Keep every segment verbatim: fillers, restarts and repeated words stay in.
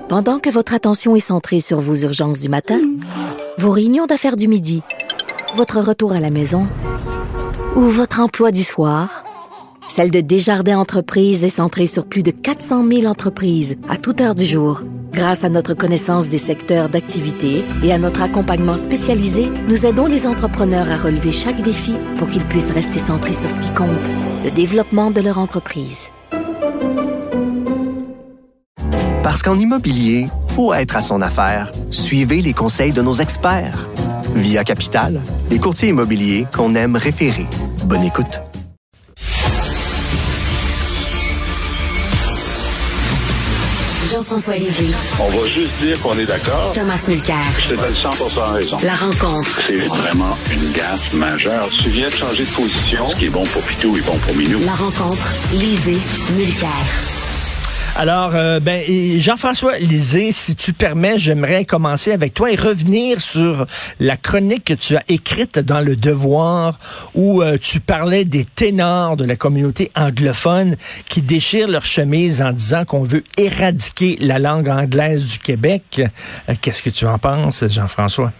Pendant que votre attention est centrée sur vos urgences du matin, vos réunions d'affaires du midi, votre retour à la maison ou votre emploi du soir, celle de Desjardins Entreprises est centrée sur plus de quatre cent mille entreprises à toute heure du jour. Grâce à notre connaissance des secteurs d'activité et à notre accompagnement spécialisé, nous aidons les entrepreneurs à relever chaque défi pour qu'ils puissent rester centrés sur ce qui compte, le développement de leur entreprise. Parce qu'en immobilier, faut être à son affaire. Suivez les conseils de nos experts. Via Capital, les courtiers immobiliers qu'on aime référer. Bonne écoute. Jean-François Lisée. On va juste dire qu'on est d'accord. Thomas Mulcair. Je te donne cent pour cent raison. La rencontre. C'est vraiment une gaffe majeure. Tu viens de changer de position. Ce qui est bon pour Pitou est bon pour Minou. La rencontre. Lisée. Mulcair. Alors, euh, ben, Jean-François Lisée, si tu permets, j'aimerais commencer avec toi et revenir sur la chronique que tu as écrite dans Le Devoir, où euh, tu parlais des ténors de la communauté anglophone qui déchirent leur chemise en disant qu'on veut éradiquer la langue anglaise du Québec. Euh, qu'est-ce que tu en penses, Jean-François?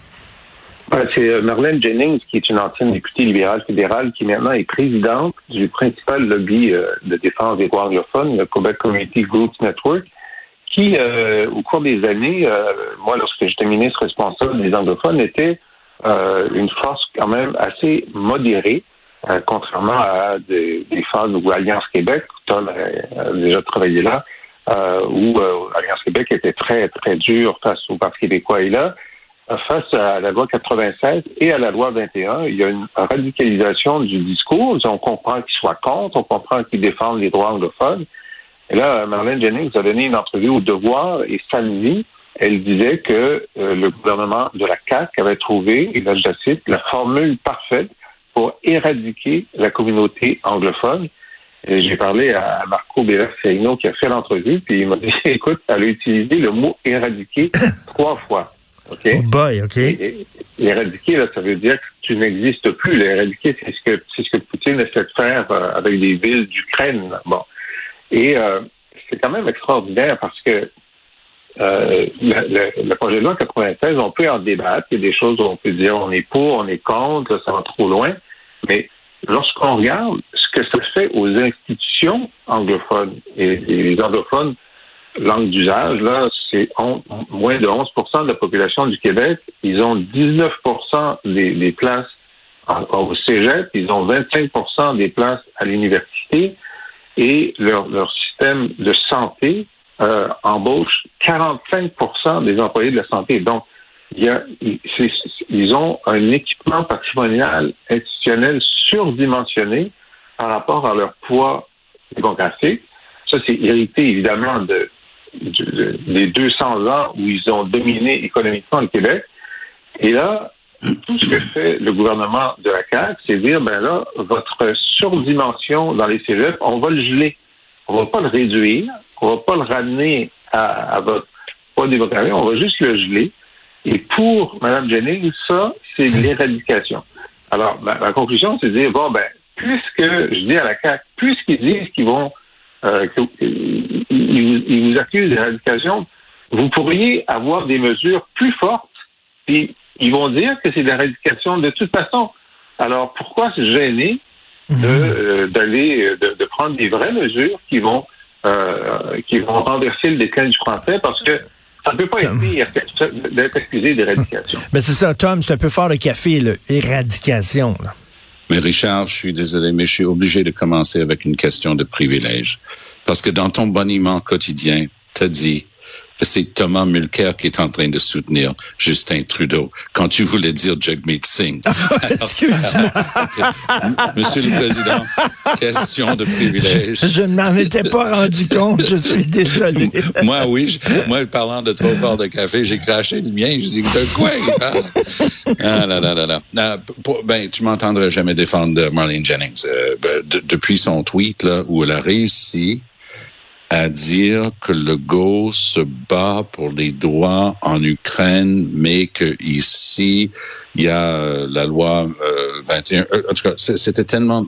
C'est Marlène Jennings, qui est une ancienne députée libérale fédérale, qui maintenant est présidente du principal lobby euh, de défense des droits anglophones, le Quebec Community Groups Network, qui, euh, au cours des années, euh, moi, lorsque j'étais ministre responsable des anglophones, était euh, une force quand même assez modérée, euh, contrairement à des, des phases où Alliance Québec, Tom a, a déjà travaillé là, euh, où euh, Alliance Québec était très, très dure face au Parti québécois. Et là, face à la loi quatre-vingt-seize et à la loi vingt et un, il y a une radicalisation du discours. On comprend qu'ils soient contre, on comprend qu'ils défendent les droits anglophones. Et là, Marlène Jennings a donné une entrevue au Devoir et samedi, elle disait que euh, le gouvernement de la C A Q avait trouvé, et là je la cite, la formule parfaite pour éradiquer la communauté anglophone. Et j'ai parlé à Marco Bélair-Ferrino qui a fait l'entrevue, puis il m'a dit, écoute, elle a utilisé le mot éradiquer trois fois. Okay. Oh boy, OK. Et, et, éradiquer, là, ça veut dire que tu n'existes plus. L'éradiquer, c'est ce que c'est ce que Poutine essaie de faire euh, avec des villes d'Ukraine. Bon. Et euh, c'est quand même extraordinaire parce que euh, le, le, le projet de loi quatre-vingt-seize, on peut en débattre. Il y a des choses où on peut dire on est pour, on est contre, là, ça va trop loin. Mais lorsqu'on regarde ce que ça fait aux institutions anglophones et, et les anglophones, langue d'usage, là, c'est on, moins de onze pour cent de la population du Québec. Ils ont dix-neuf pour cent des, des places en, au cégep, ils ont vingt-cinq pour cent des places à l'université et leur, leur système de santé euh, embauche quarante-cinq pour cent des employés de la santé. Donc, il y a, c'est, ils ont un équipement patrimonial institutionnel surdimensionné par rapport à leur poids démographique. Ça, c'est hérité évidemment de des deux cents ans où ils ont dominé économiquement le Québec. Et là, tout ce que fait le gouvernement de la C A Q, c'est dire, ben là, votre surdimension dans les cégeps, on va le geler. On va pas le réduire, on va pas le ramener à, à votre poids démographique, on va juste le geler. Et pour Mme Jennings, ça, c'est l'éradication. Alors, ma, ma conclusion, c'est de dire, bon, ben, puisque, je dis à la C A Q, puisqu'ils disent qu'ils vont Euh, ils, ils vous accusent d'éradication, vous pourriez avoir des mesures plus fortes, puis ils vont dire que c'est de l'éradication de toute façon. Alors, pourquoi se gêner de, euh, d'aller, de, de prendre des vraies mesures qui vont, euh, qui vont renverser le déclin du français, parce que ça ne peut pas être pire d'être accusé d'éradication. Ben c'est ça, Tom, c'est un peu fort le café, là, éradication, là. Mais Richard, je suis désolé, mais je suis obligé de commencer avec une question de privilège. Parce que dans ton boniment quotidien, t'as dit que c'est Thomas Mulcair qui est en train de soutenir Justin Trudeau quand tu voulais dire Jagmeet Singh. Excuse-moi. Monsieur le Président, question de privilège. Je, je ne m'en étais pas rendu compte, je suis désolé. Moi, oui. Je, moi, parlant de trop fort de café, j'ai craché le mien. Je dis, de quoi il parle? Ah là là là là. Ah, pour, ben, tu m'entendras jamais défendre Marlène Jennings. Euh, de, depuis son tweet, là, où elle a réussi à dire que Legault se bat pour les droits en Ukraine, mais que ici il y a euh, la loi euh, vingt et un. Euh, en tout cas, c'était tellement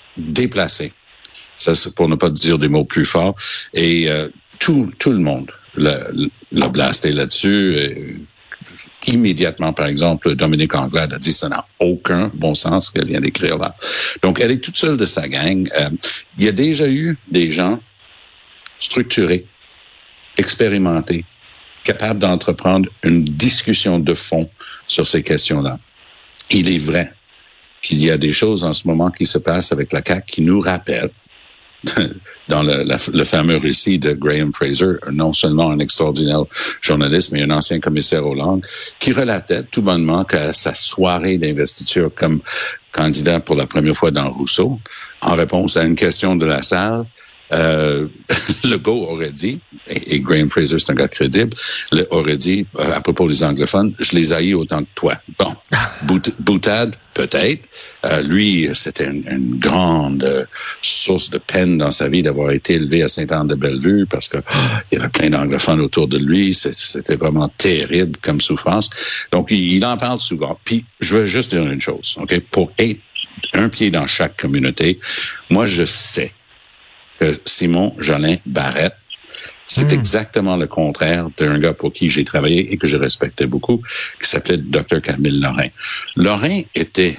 déplacé. Ça, c'est pour ne pas dire des mots plus forts. Et euh, tout, tout le monde l'a, l'a blasté là-dessus. Et, immédiatement, par exemple, Dominique Anglade a dit que ça n'a aucun bon sens ce qu'elle vient d'écrire là. Donc, elle est toute seule de sa gang. Euh, il y a déjà eu des gens structurés, expérimentés, capables d'entreprendre une discussion de fond sur ces questions-là. Il est vrai qu'il y a des choses en ce moment qui se passent avec la C A Q qui nous rappellent dans le, la, le fameux récit de Graham Fraser, non seulement un extraordinaire journaliste, mais un ancien commissaire aux langues, qui relatait tout bonnement qu'à sa soirée d'investiture comme candidat pour la première fois dans Rousseau, en réponse à une question de la salle, Euh, Legault aurait dit, et, et Graham Fraser, c'est un gars crédible, le, aurait dit, euh, à propos des anglophones, je les haïs autant que toi. Bon, bout, boutade, peut-être. Euh, lui, c'était une, une grande euh, source de peine dans sa vie d'avoir été élevé à Sainte-Anne-de-Bellevue parce que oh, il y avait plein d'anglophones autour de lui. C'était vraiment terrible comme souffrance. Donc, il, il en parle souvent. Puis, je veux juste dire une chose, OK? Pour être un pied dans chaque communauté, moi, je sais que Simon Jolin Barrette, c'est mmh. exactement le contraire d'un gars pour qui j'ai travaillé et que je respectais beaucoup, qui s'appelait docteur Camille Lorrain. Lorrain était,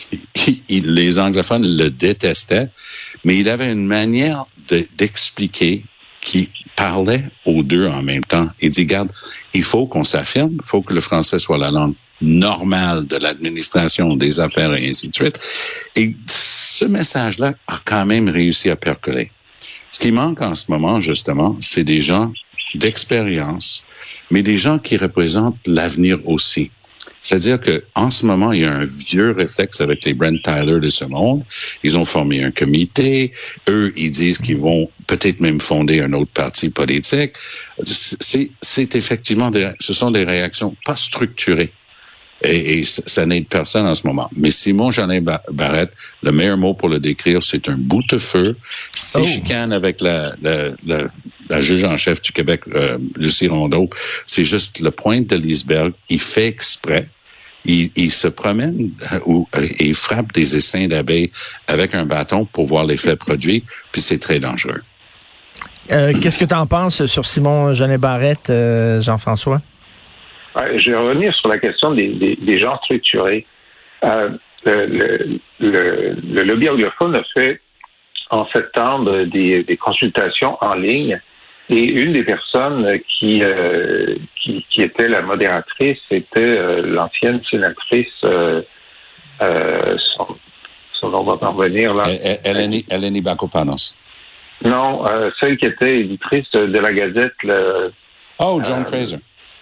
il, il, les anglophones le détestaient, mais il avait une manière de, d'expliquer qui parlait aux deux en même temps. Il dit, regarde, il faut qu'on s'affirme, il faut que le français soit la langue normale de l'administration des affaires et ainsi de suite. Et ce message-là a quand même réussi à percoler. Ce qui manque en ce moment, justement, c'est des gens d'expérience, mais des gens qui représentent l'avenir aussi. C'est-à-dire que en ce moment, il y a un vieux réflexe avec les Brent Tyler de ce monde. Ils ont formé un comité. Eux, ils disent qu'ils vont peut-être même fonder un autre parti politique. C'est, c'est effectivement des, ce sont des réactions pas structurées. Et, et ça n'aide personne en ce moment. Mais Simon Jolin Barrette, le meilleur mot pour le décrire, c'est un boute-feu. C'est oh. chicane avec la, la, la, la juge en chef du Québec, euh, Lucie Rondeau. C'est juste le pointe de l'iceberg. Il fait exprès. Il, il se promène ou et il frappe des essaims d'abeilles avec un bâton pour voir l'effet produit, puis c'est très dangereux. Euh, qu'est-ce que tu en penses sur Simon Jolin Barrette, euh, Jean-François? Je vais revenir sur la question des, des, des gens structurés. Euh, le, le, le, le lobby anglophone a fait en septembre des, des consultations en ligne et une des personnes qui, euh, qui, qui était la modératrice était euh, l'ancienne sénatrice, euh, euh, son, son nom va parvenir là. Eleni, Eleni Bakopanos. Non, euh, celle qui était éditrice de la Gazette. Le, oh, John euh, Fraser.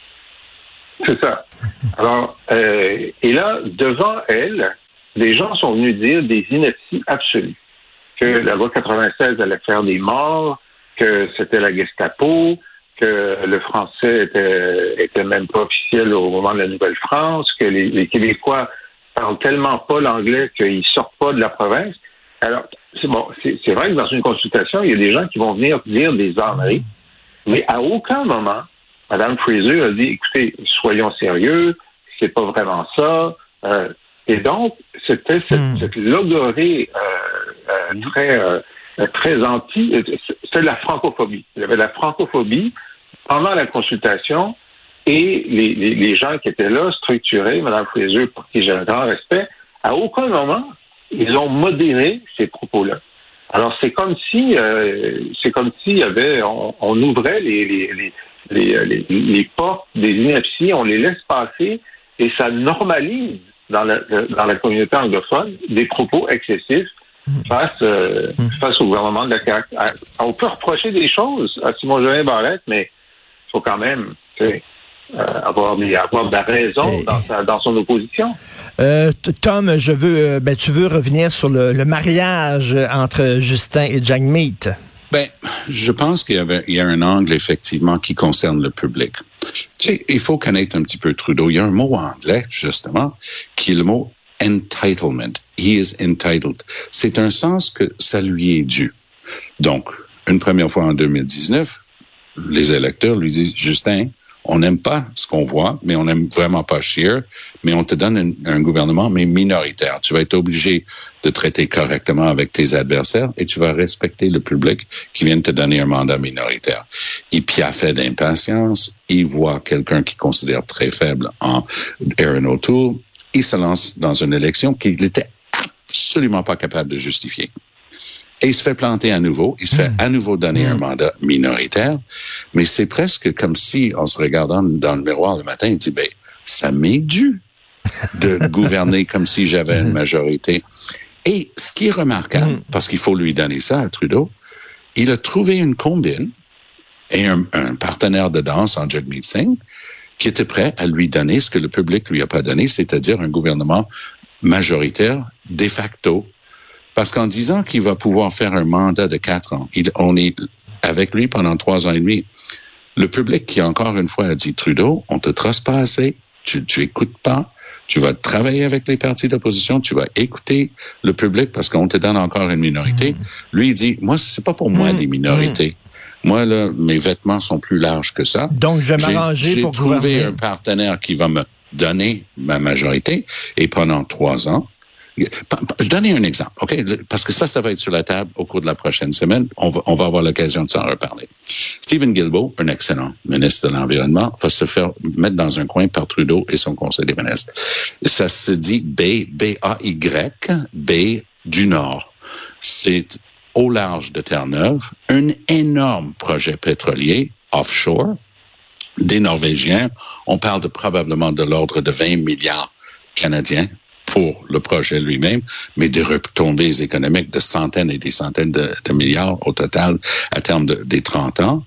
C'est ça. Alors, euh, et là, devant elle, les gens sont venus dire des inepties absolues. Que la loi quatre-vingt-seize allait faire des morts, que c'était la Gestapo, que le français était, était même pas officiel au moment de la Nouvelle-France, que les, les Québécois parlent tellement pas l'anglais qu'ils sortent pas de la province. Alors, c'est bon, c'est, c'est vrai que dans une consultation, il y a des gens qui vont venir dire des âneries, mais à aucun moment, Mme Fraser a dit, écoutez, soyons sérieux, c'est pas vraiment ça. Euh, et donc, c'était cette, mm. cette logorée euh, euh, très, euh, très anti, c'était de la francophobie. Il y avait de la francophobie pendant la consultation et les, les, les gens qui étaient là, structurés, Mme Fraser, pour qui j'ai un grand respect, à aucun moment, ils ont modéré ces propos-là. Alors, c'est comme si, euh, c'est comme s'il y avait, on, on ouvrait les, les, les Les, les, les portes des inepties, on les laisse passer et ça normalise dans la, dans la communauté anglophone des propos excessifs face, euh, face au gouvernement de la C A Q. On peut reprocher des choses à Simon Jolin Barrette, mais il faut quand même euh, avoir, avoir de la raison dans, sa, dans son opposition. Euh, Tom, je veux, ben, tu veux revenir sur le, le mariage entre Justin et Jagmeet. Ben, je pense qu'il y avait, il y a un angle, effectivement, qui concerne le public. Tu sais, il faut connaître un petit peu Trudeau. Il y a un mot anglais, justement, qui est le mot entitlement. He is entitled. C'est un sens que ça lui est dû. Donc, une première fois en deux mille dix-neuf, les électeurs lui disent, Justin, On n'aime pas ce qu'on voit, mais on n'aime vraiment pas Scheer, mais on te donne un, un gouvernement, mais minoritaire. Tu vas être obligé de traiter correctement avec tes adversaires et tu vas respecter le public qui vient de te donner un mandat minoritaire. Il piaffait d'impatience, il voit quelqu'un qu'il considère très faible en Erin O'Toole, il se lance dans une élection qu'il n'était absolument pas capable de justifier. Et il se fait planter à nouveau, il se fait à nouveau donner un mandat minoritaire, mais c'est presque comme si, en se regardant dans le miroir le matin, il dit, ben, ça m'est dû de gouverner comme si j'avais une majorité. Et ce qui est remarquable, parce qu'il faut lui donner ça à Trudeau, il a trouvé une combine et un, un partenaire de danse en Jagmeet Singh qui était prêt à lui donner ce que le public lui a pas donné, c'est-à-dire un gouvernement majoritaire de facto. Parce qu'en disant qu'il va pouvoir faire un mandat de quatre ans, il, on est avec lui pendant trois ans et demi. Le public qui, encore une fois, a dit, Trudeau, on te trace pas assez, tu, tu écoutes pas, tu vas travailler avec les partis d'opposition, tu vas écouter le public parce qu'on te donne encore une minorité. Mmh. Lui, il dit, moi, c'est pas pour moi mmh. des minorités. Mmh. Moi, là, mes vêtements sont plus larges que ça. Donc, je vais m'arranger pour gouverner. J'ai trouvé un partenaire qui va me donner ma majorité et pendant trois ans, je donne un exemple, OK? Parce que ça, ça va être sur la table au cours de la prochaine semaine. On va, on va avoir l'occasion de s'en reparler. Stephen Guilbeault, un excellent ministre de l'Environnement, va se faire mettre dans un coin par Trudeau et son conseil des ministres. Ça se dit B, B A Y, B du Nord. C'est au large de Terre-Neuve, un énorme projet pétrolier offshore des Norvégiens. On parle de probablement de l'ordre de vingt milliards canadiens pour le projet lui-même, mais des retombées économiques de centaines et des centaines de, de milliards au total à terme de, des trente ans.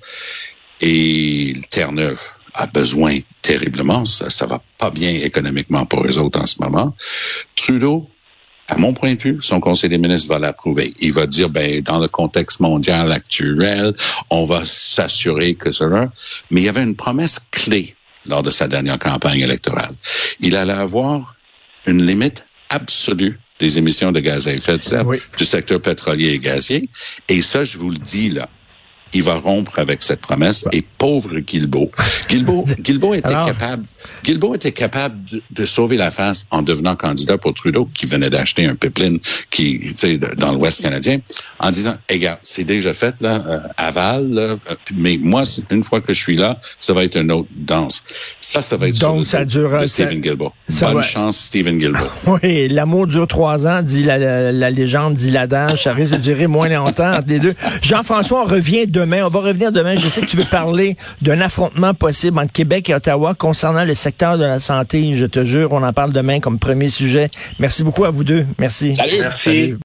Et Terre-Neuve a besoin terriblement, ça, ça va pas bien économiquement pour eux autres en ce moment. Trudeau, à mon point de vue, son conseil des ministres va l'approuver. Il va dire, ben, dans le contexte mondial actuel, on va s'assurer que cela. Mais il y avait une promesse clé lors de sa dernière campagne électorale. Il allait avoir une limite absolue des émissions de gaz à effet de serre oui. du secteur pétrolier et gazier. Et ça, je vous le dis là, il va rompre avec cette promesse. Et pauvre Guilbeault. Guilbeault, Guilbeault était Alors... capable, Guilbeault était capable de, de sauver la face en devenant candidat pour Trudeau, qui venait d'acheter un pipeline qui, tu sais, dans l'Ouest canadien, en disant, hey, regarde, c'est déjà fait, là, euh, aval, là, mais moi, une fois que je suis là, ça va être une autre danse. Ça, ça va être Donc, sur ça le durera, de Stephen Guilbeault. Bonne va... chance, Stephen Guilbeault. Oui, l'amour dure trois ans, dit la, la, la légende, dit l'adage, ça risque de durer moins longtemps entre les deux. Jean-François, on revient demain. On va revenir demain. Je sais que tu veux parler d'un affrontement possible entre Québec et Ottawa concernant le secteur de la santé. Je te jure, on en parle demain comme premier sujet. Merci beaucoup à vous deux. Merci. Salut. Merci. Salut.